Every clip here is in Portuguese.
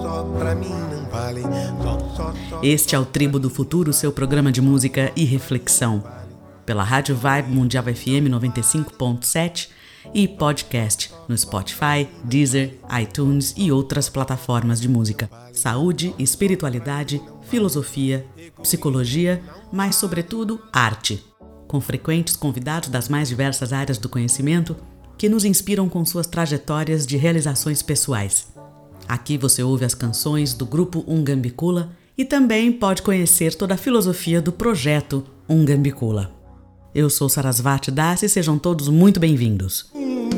Este é o Tribo do Futuro, seu programa de música e reflexão. Pela Rádio Vibe Mundial FM 95.7 e podcast no Spotify, Deezer, iTunes e outras plataformas de música. Saúde, espiritualidade, filosofia, psicologia, mas sobretudo arte. Com frequentes convidados das mais diversas áreas do conhecimento que nos inspiram com suas trajetórias de realizações pessoais. Aqui você ouve as canções do grupo Ungambicula e também pode conhecer toda a filosofia do projeto Ungambicula. Eu sou Sarasvati Das e sejam todos muito bem-vindos.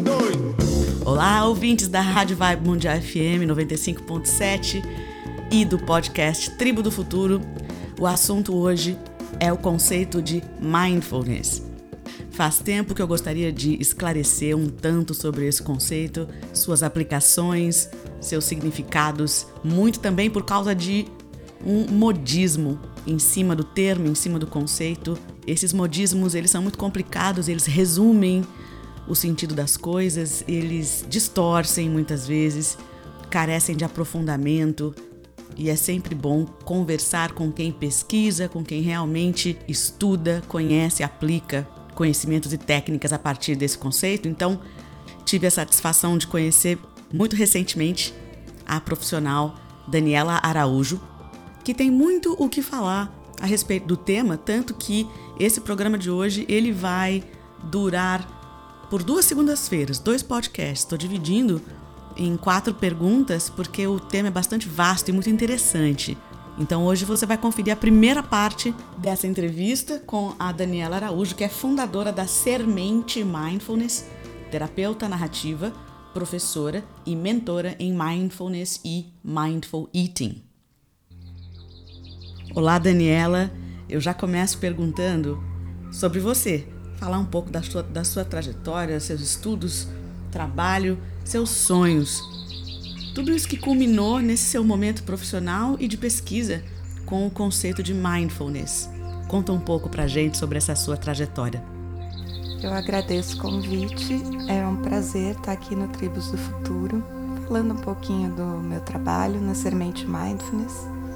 Olá, ouvintes da Rádio Vibe Mundial FM 95.7 e do podcast Tribo do Futuro. O assunto hoje é o conceito de mindfulness. Faz tempo que eu gostaria de esclarecer um tanto sobre esse conceito, suas aplicações, seus significados, muito também por causa de um modismo em cima do termo, em cima do conceito. Esses modismos, eles são muito complicados, eles resumem o sentido das coisas, eles distorcem muitas vezes, carecem de aprofundamento e é sempre bom conversar com quem pesquisa, com quem realmente estuda, conhece, aplica conhecimentos e técnicas a partir desse conceito. Então, tive a satisfação de conhecer muito recentemente a profissional Daniela Araújo, que tem muito o que falar a respeito do tema, tanto que esse programa de hoje ele vai durar por 2 segundas-feiras, 2 podcasts. Estou dividindo em 4 perguntas porque o tema é bastante vasto e muito interessante. Então hoje você vai conferir a primeira parte dessa entrevista com a Daniela Araújo, que é fundadora da Sermente Mindfulness, terapeuta narrativa, professora e mentora em Mindfulness e Mindful Eating. Olá, Daniela. Eu já começo perguntando sobre você. Falar um pouco da sua trajetória, seus estudos, trabalho, seus sonhos. Tudo isso que culminou nesse seu momento profissional e de pesquisa com o conceito de mindfulness. Conta um pouco pra gente sobre essa sua trajetória. Eu agradeço o convite. É um prazer estar aqui no Tribos do Futuro, falando um pouquinho do meu trabalho na Sermente Mindfulness,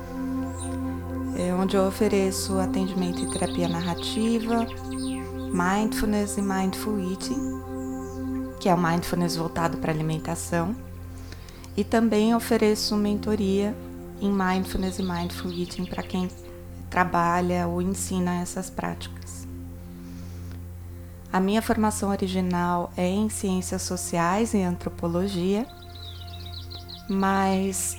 onde eu ofereço atendimento e terapia narrativa, mindfulness e mindful eating, que é o mindfulness voltado para alimentação, e também ofereço mentoria em mindfulness e mindful eating para quem trabalha ou ensina essas práticas. A minha formação original é em ciências sociais e antropologia, mas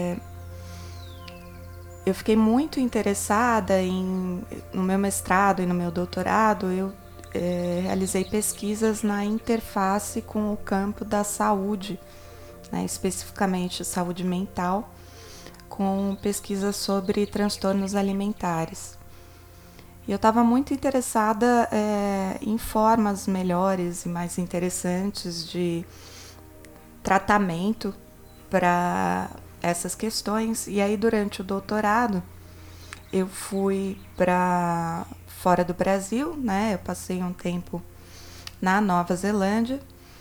eu fiquei muito interessada no meu mestrado e no meu doutorado. Eu realizei pesquisas na interface com o campo da saúde, né, especificamente saúde mental, com pesquisas sobre transtornos alimentares. E eu estava muito interessada em formas melhores e mais interessantes de tratamento para essas questões. E aí, durante o doutorado, eu fui para fora do Brasil, né? Eu passei um tempo na Nova Zelândia,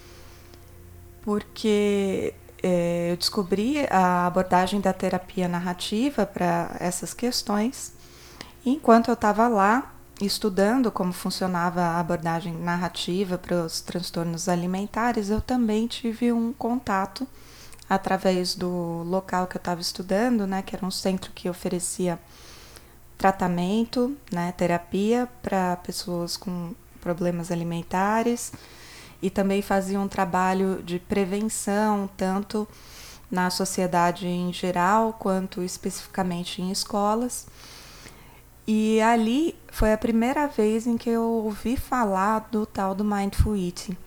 porque eu descobri a abordagem da terapia narrativa para essas questões. E enquanto eu estava lá, estudando como funcionava a abordagem narrativa para os transtornos alimentares, eu também tive um contato através do local que eu estava estudando, né, que era um centro que oferecia tratamento, né, terapia para pessoas com problemas alimentares, e também fazia um trabalho de prevenção, tanto na sociedade em geral, quanto especificamente em escolas. E ali foi a primeira vez em que eu ouvi falar do tal do Mindful Eating.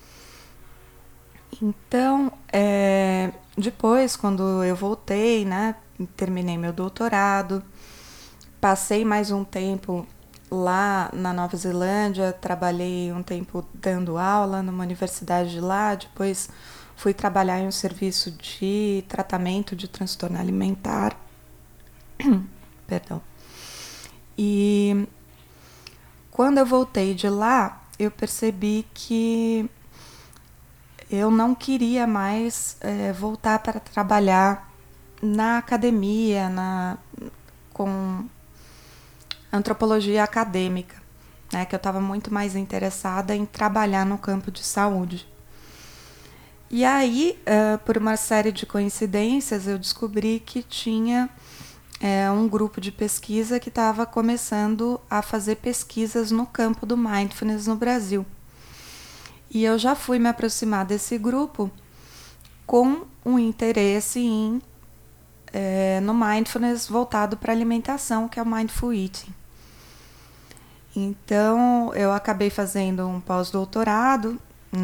Então, depois, quando eu voltei, né, terminei meu doutorado, passei mais um tempo lá na Nova Zelândia, trabalhei um tempo dando aula numa universidade de lá, depois fui trabalhar em um serviço de tratamento de transtorno alimentar. Perdão. E quando eu voltei de lá, eu percebi que eu não queria mais voltar para trabalhar na academia, com antropologia acadêmica, né, que eu estava muito mais interessada em trabalhar no campo de saúde. E aí, por uma série de coincidências, eu descobri que tinha um grupo de pesquisa que estava começando a fazer pesquisas no campo do mindfulness no Brasil. E eu já fui me aproximar desse grupo com um interesse no mindfulness voltado para alimentação, que é o Mindful Eating. Então, eu acabei fazendo um pós-doutorado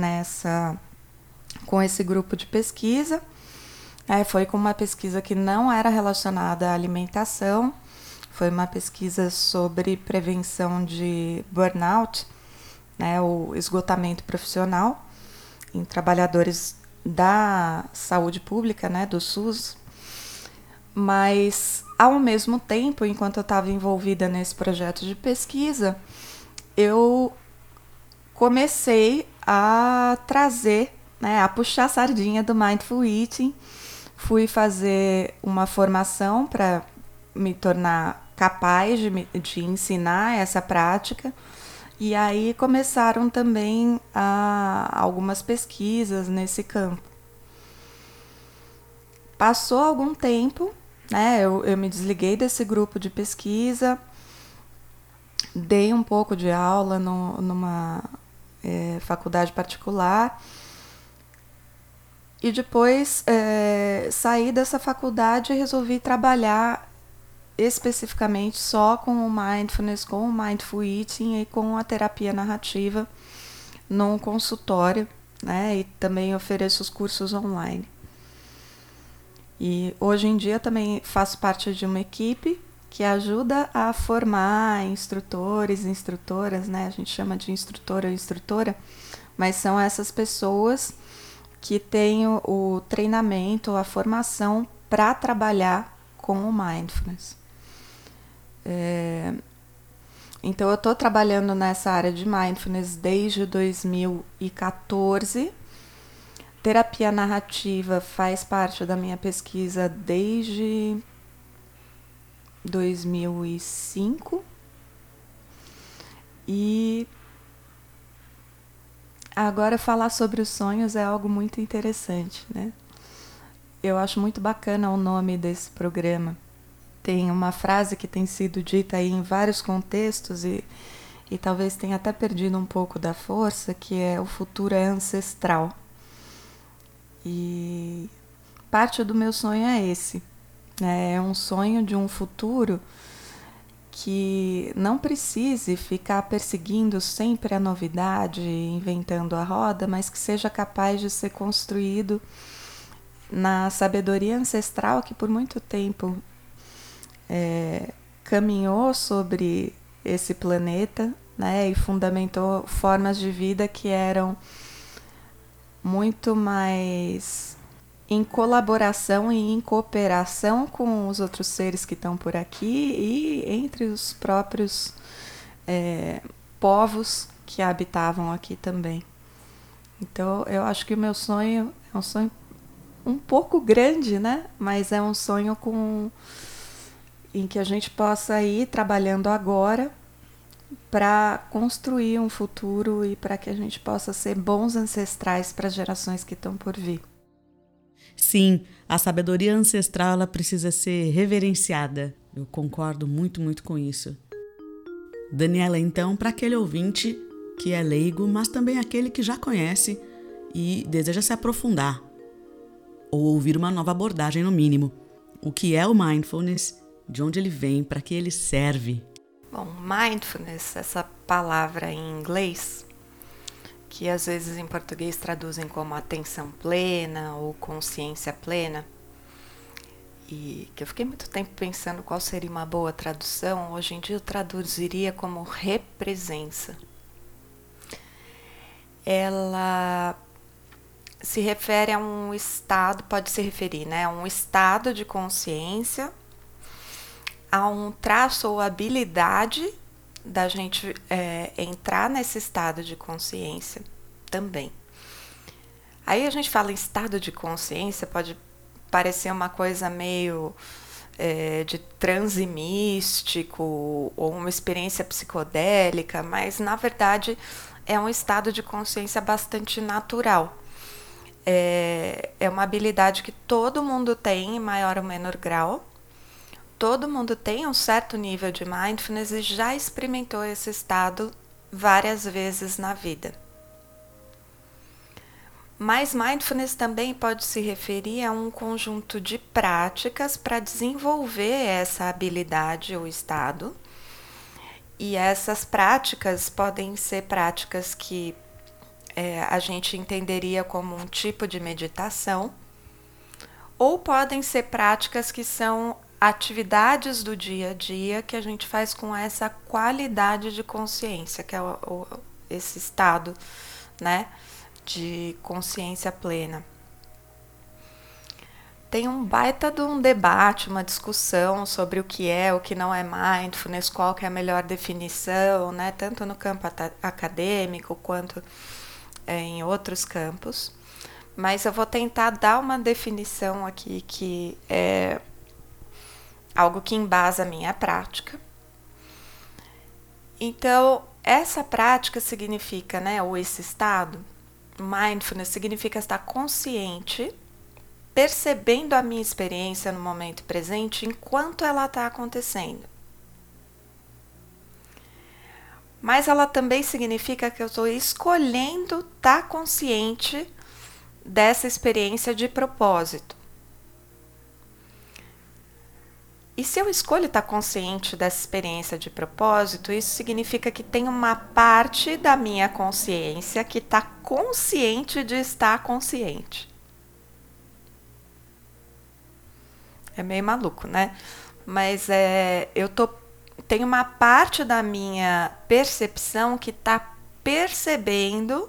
com esse grupo de pesquisa. Foi com uma pesquisa que não era relacionada à alimentação, foi uma pesquisa sobre prevenção de burnout, né, o esgotamento profissional em trabalhadores da saúde pública, né, do SUS. Mas, ao mesmo tempo, enquanto eu estava envolvida nesse projeto de pesquisa, eu comecei a trazer, né, a puxar a sardinha do Mindful Eating. Fui fazer uma formação para me tornar capaz de ensinar essa prática. E aí começaram também algumas pesquisas nesse campo. Passou algum tempo, né, eu me desliguei desse grupo de pesquisa, dei um pouco de aula numa faculdade particular e depois saí dessa faculdade e resolvi trabalhar especificamente só com o mindfulness, com o mindful eating e com a terapia narrativa num consultório, né, e também ofereço os cursos online. E hoje em dia também faço parte de uma equipe que ajuda a formar instrutores e instrutoras, né? A gente chama de instrutor ou instrutora, mas são essas pessoas que têm o treinamento, a formação para trabalhar com o mindfulness. Então eu estou trabalhando nessa área de mindfulness desde 2014. Terapia narrativa faz parte da minha pesquisa desde 2005. E agora falar sobre os sonhos é algo muito interessante, né? Eu acho muito bacana o nome desse programa. Tem uma frase que tem sido dita aí em vários contextos e talvez tenha até perdido um pouco da força, que é o futuro é ancestral. E parte do meu sonho é esse, né? É um sonho de um futuro que não precise ficar perseguindo sempre a novidade, inventando a roda, mas que seja capaz de ser construído na sabedoria ancestral que por muito tempo caminhou sobre esse planeta, né? E fundamentou formas de vida que eram muito mais em colaboração e em cooperação com os outros seres que estão por aqui e entre os próprios povos que habitavam aqui também. Então eu acho que o meu sonho é um sonho um pouco grande, né? Mas é um sonho em que a gente possa ir trabalhando agora para construir um futuro e para que a gente possa ser bons ancestrais para as gerações que estão por vir. Sim, a sabedoria ancestral ela precisa ser reverenciada. Eu concordo muito, muito com isso. Daniela, então, para aquele ouvinte que é leigo, mas também aquele que já conhece e deseja se aprofundar, ou ouvir uma nova abordagem no mínimo. O que é o mindfulness? De onde ele vem? Para que ele serve? Bom, mindfulness, essa palavra em inglês, que às vezes em português traduzem como atenção plena ou consciência plena, e que eu fiquei muito tempo pensando qual seria uma boa tradução. Hoje em dia eu traduziria como represença. Ela se refere a um estado, pode se referir, né, a um estado de consciência, a um traço ou habilidade da gente entrar nesse estado de consciência também. Aí a gente fala em estado de consciência, pode parecer uma coisa meio de transe místico ou uma experiência psicodélica, mas na verdade é um estado de consciência bastante natural. É uma habilidade que todo mundo tem em maior ou menor grau. Todo mundo tem um certo nível de mindfulness e já experimentou esse estado várias vezes na vida. Mas mindfulness também pode se referir a um conjunto de práticas para desenvolver essa habilidade ou estado. E essas práticas podem ser práticas que a gente entenderia como um tipo de meditação, ou podem ser práticas que são atividades do dia a dia que a gente faz com essa qualidade de consciência, que é esse estado, né, de consciência plena. Tem um baita de um debate, uma discussão sobre o que é, o que não é mindfulness, qual que é a melhor definição, né, tanto no campo acadêmico quanto em outros campos. Mas eu vou tentar dar uma definição aqui que é algo que embasa a minha prática. Então, essa prática significa, né, ou esse estado, mindfulness significa estar consciente, percebendo a minha experiência no momento presente enquanto ela está acontecendo. Mas ela também significa que eu estou escolhendo estar consciente dessa experiência de propósito. E se eu escolho estar consciente dessa experiência de propósito, isso significa que tem uma parte da minha consciência que está consciente de estar consciente. É meio maluco, né? Mas tem uma parte da minha percepção que está percebendo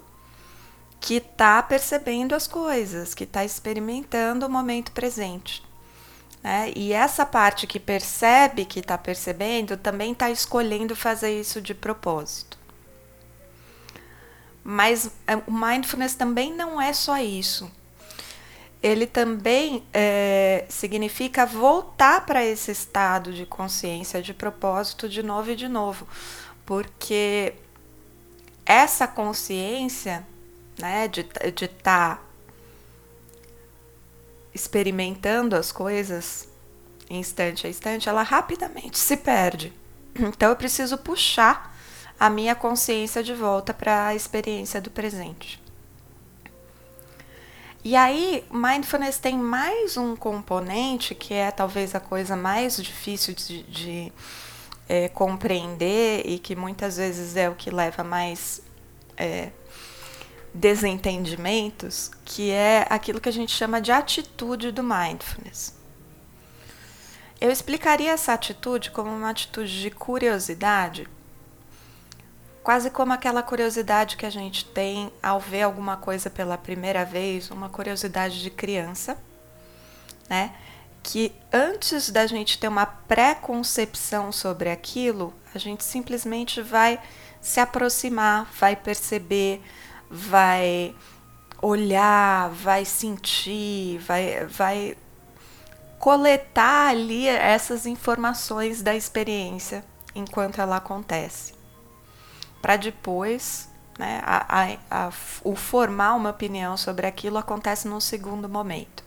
as coisas, que está experimentando o momento presente. E essa parte que percebe que está percebendo também está escolhendo fazer isso de propósito. Mas o mindfulness também não é só isso. Ele também significa voltar para esse estado de consciência, de propósito de novo e de novo. Porque essa consciência, né, de estar experimentando as coisas instante a instante, ela rapidamente se perde. Então eu preciso puxar a minha consciência de volta para a experiência do presente. E aí, mindfulness tem mais um componente que é talvez a coisa mais difícil de compreender e que muitas vezes é o que leva mais desentendimentos, que é aquilo que a gente chama de atitude do mindfulness. Eu explicaria essa atitude como uma atitude de curiosidade, quase como aquela curiosidade que a gente tem ao ver alguma coisa pela primeira vez, uma curiosidade de criança, né? Que antes da gente ter uma pré-concepção sobre aquilo, a gente simplesmente vai se aproximar, vai perceber, vai olhar, vai sentir, vai coletar ali essas informações da experiência enquanto ela acontece. Para depois, né, o formar uma opinião sobre aquilo acontece num segundo momento.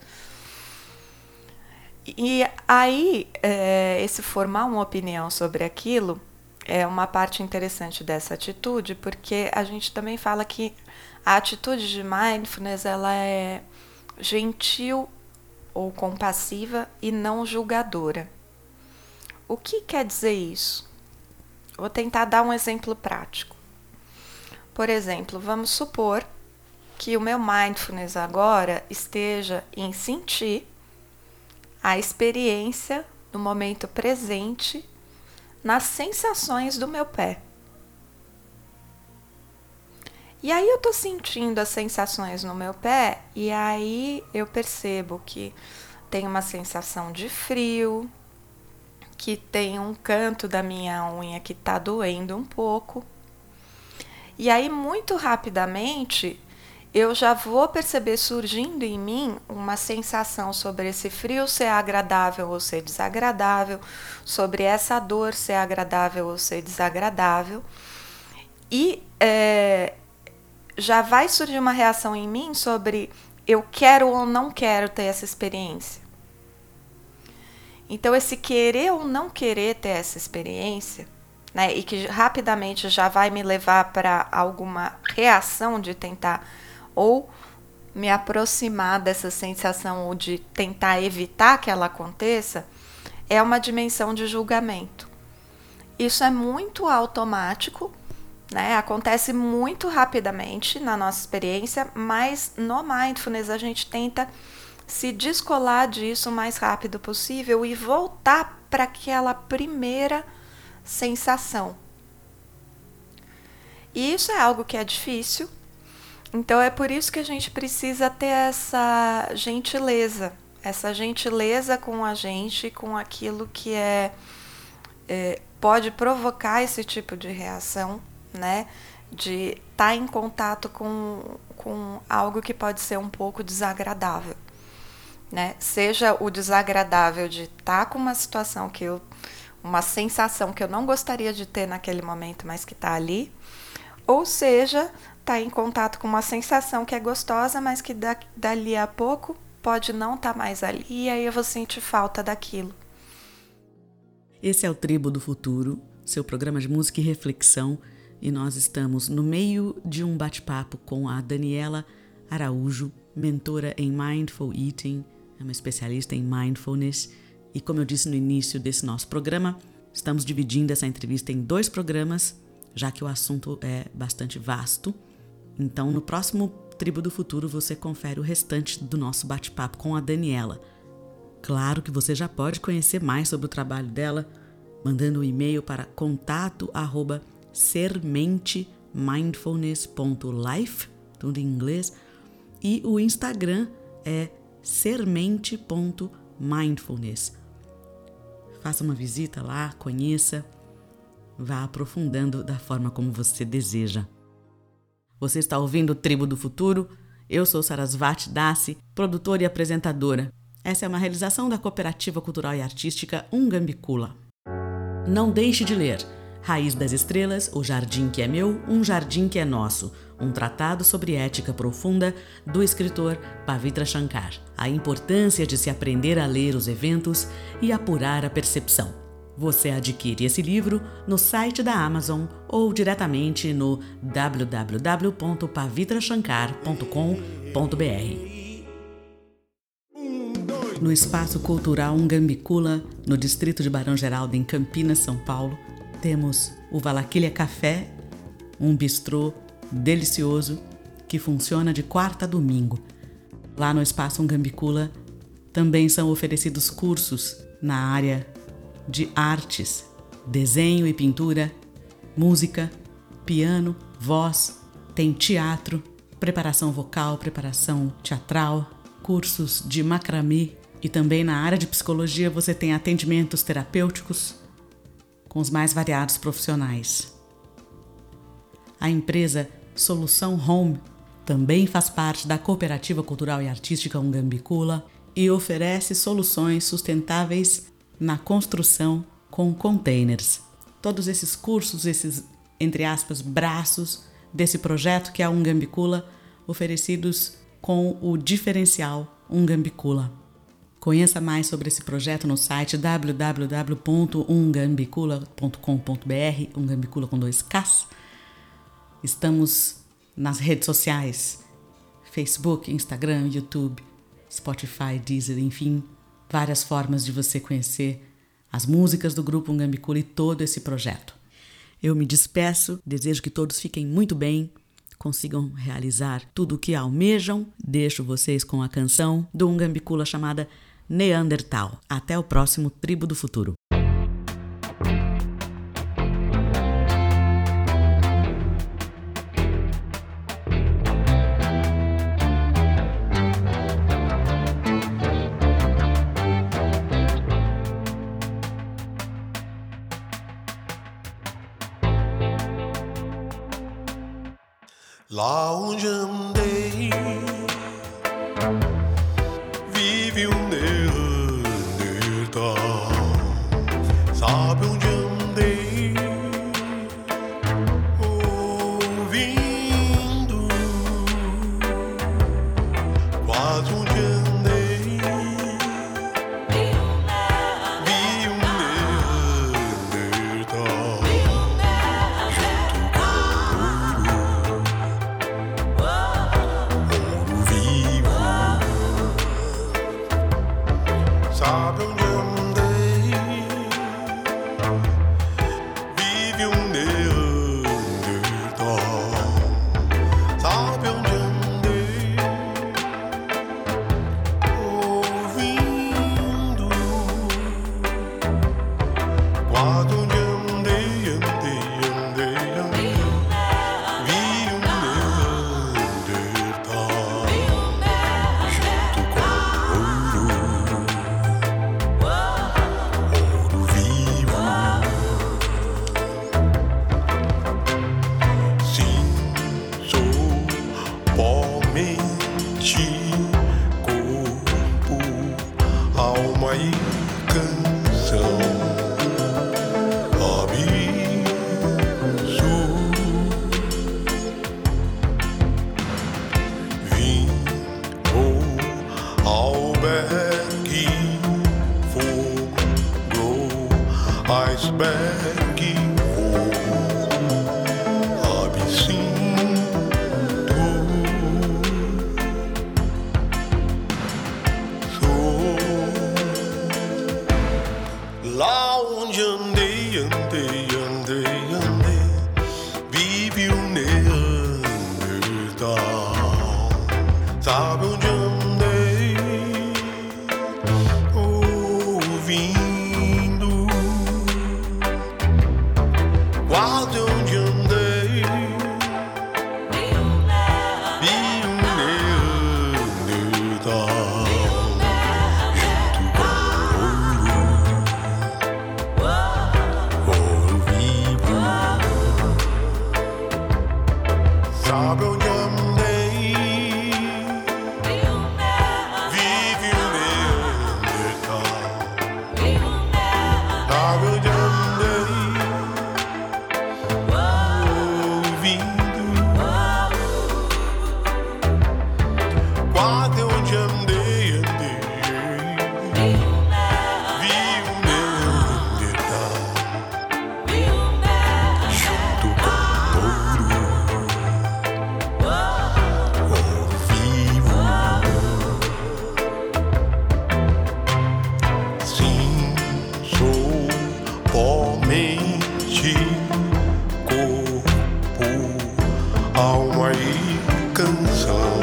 E aí, esse formar uma opinião sobre aquilo é uma parte interessante dessa atitude, porque a gente também fala que a atitude de mindfulness ela é gentil ou compassiva e não julgadora. O que quer dizer isso? Vou tentar dar um exemplo prático. Por exemplo, vamos supor que o meu mindfulness agora esteja em sentir a experiência no momento presente nas sensações do meu pé. E aí eu estou sentindo as sensações no meu pé e aí eu percebo que tem uma sensação de frio, que tem um canto da minha unha que está doendo um pouco. E aí muito rapidamente eu já vou perceber surgindo em mim uma sensação sobre esse frio ser agradável ou ser desagradável, sobre essa dor ser agradável ou ser desagradável. E já vai surgir uma reação em mim sobre eu quero ou não quero ter essa experiência. Então, esse querer ou não querer ter essa experiência, né, e que rapidamente já vai me levar para alguma reação de tentar ou me aproximar dessa sensação ou de tentar evitar que ela aconteça, é uma dimensão de julgamento. Isso é muito automático, né? Acontece muito rapidamente na nossa experiência, mas no Mindfulness a gente tenta se descolar disso o mais rápido possível e voltar para aquela primeira sensação. E isso é algo que é difícil, então é por isso que a gente precisa ter essa gentileza com a gente, com aquilo que pode provocar esse tipo de reação, né? De estar em contato com algo que pode ser um pouco desagradável, né? Seja o desagradável de estar com uma situação uma sensação que eu não gostaria de ter naquele momento, mas que está ali, ou seja, estar em contato com uma sensação que é gostosa, mas que dali a pouco pode não estar mais ali, e aí eu vou sentir falta daquilo. Esse é o Tribo do Futuro, seu programa de música e reflexão, e nós estamos no meio de um bate-papo com a Daniela Araújo, mentora em Mindful Eating, é uma especialista em Mindfulness, e como eu disse no início desse nosso programa, estamos dividindo essa entrevista em 2 programas, já que o assunto é bastante vasto. Então, no próximo Tribo do Futuro, você confere o restante do nosso bate-papo com a Daniela. Claro que você já pode conhecer mais sobre o trabalho dela, mandando um e-mail para contato@sermentemindfulness.life, tudo em inglês, e o Instagram é sermente.mindfulness. Faça uma visita lá, conheça, vá aprofundando da forma como você deseja. Você está ouvindo o Tribo do Futuro? Eu sou Sarasvati Dasi, produtora e apresentadora. Essa é uma realização da Cooperativa Cultural e Artística Ungambicula. Não deixe de ler Raiz das Estrelas, O Jardim que é Meu, Um Jardim que é Nosso, um tratado sobre ética profunda do escritor Pavitra Shankar, a importância de se aprender a ler os eventos e apurar a percepção. Você adquire esse livro no site da Amazon ou diretamente no www.pavitrashankar.com.br. No Espaço Cultural Ungambicula, no distrito de Barão Geraldo, em Campinas, São Paulo, temos o Valaquilha Café, um bistrô delicioso que funciona de quarta a domingo. Lá no Espaço Ungambicula também são oferecidos cursos na área de artes, desenho e pintura, música, piano, voz, tem teatro, preparação vocal, preparação teatral, cursos de macramê e também na área de psicologia você tem atendimentos terapêuticos com os mais variados profissionais. A empresa Solução Home também faz parte da Cooperativa Cultural e Artística Ungambicula e oferece soluções sustentáveis na construção com containers. Todos esses cursos, esses, entre aspas, braços desse projeto que é a Ungambicula, oferecidos com o diferencial Ungambicula. Conheça mais sobre esse projeto no site www.ungambicula.com.br, Ungambicula com 2 Ks. Estamos nas redes sociais, Facebook, Instagram, YouTube, Spotify, Deezer, enfim, várias formas de você conhecer as músicas do Grupo Ungambicula e todo esse projeto. Eu me despeço, desejo que todos fiquem muito bem, consigam realizar tudo o que almejam. Deixo vocês com a canção do Ungambicula chamada Neandertal. Até o próximo Tribo do Futuro. Lá onde andei, vive um Neandertal. Sabe onde andei, ouvindo. Quase onde andei, vi um Neandertal. Sabe onde andei, vive um Neandertal. Sabe onde andei, ouvindo. Quase onde andei, andei. Vi um Neandertal junto com ouro. Corpo, alma e canção, abisso. Vim ao albergue, fogo, iceberg, absinto. Lá onde andei, vive um Neandertal. Sabe onde andei, ouvindo. Quase onde andei, vi um Neandertal. Sabe onde andei, vive um Neandertal. Sabe onde andei, ouvindo. Quase onde andei, vi um Neandertal junto com ouro. Somente corpo, alma e canção,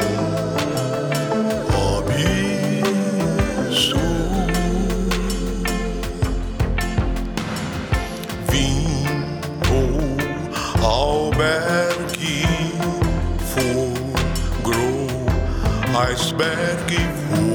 abisso. Vim ao albergue, fogo, iceberg,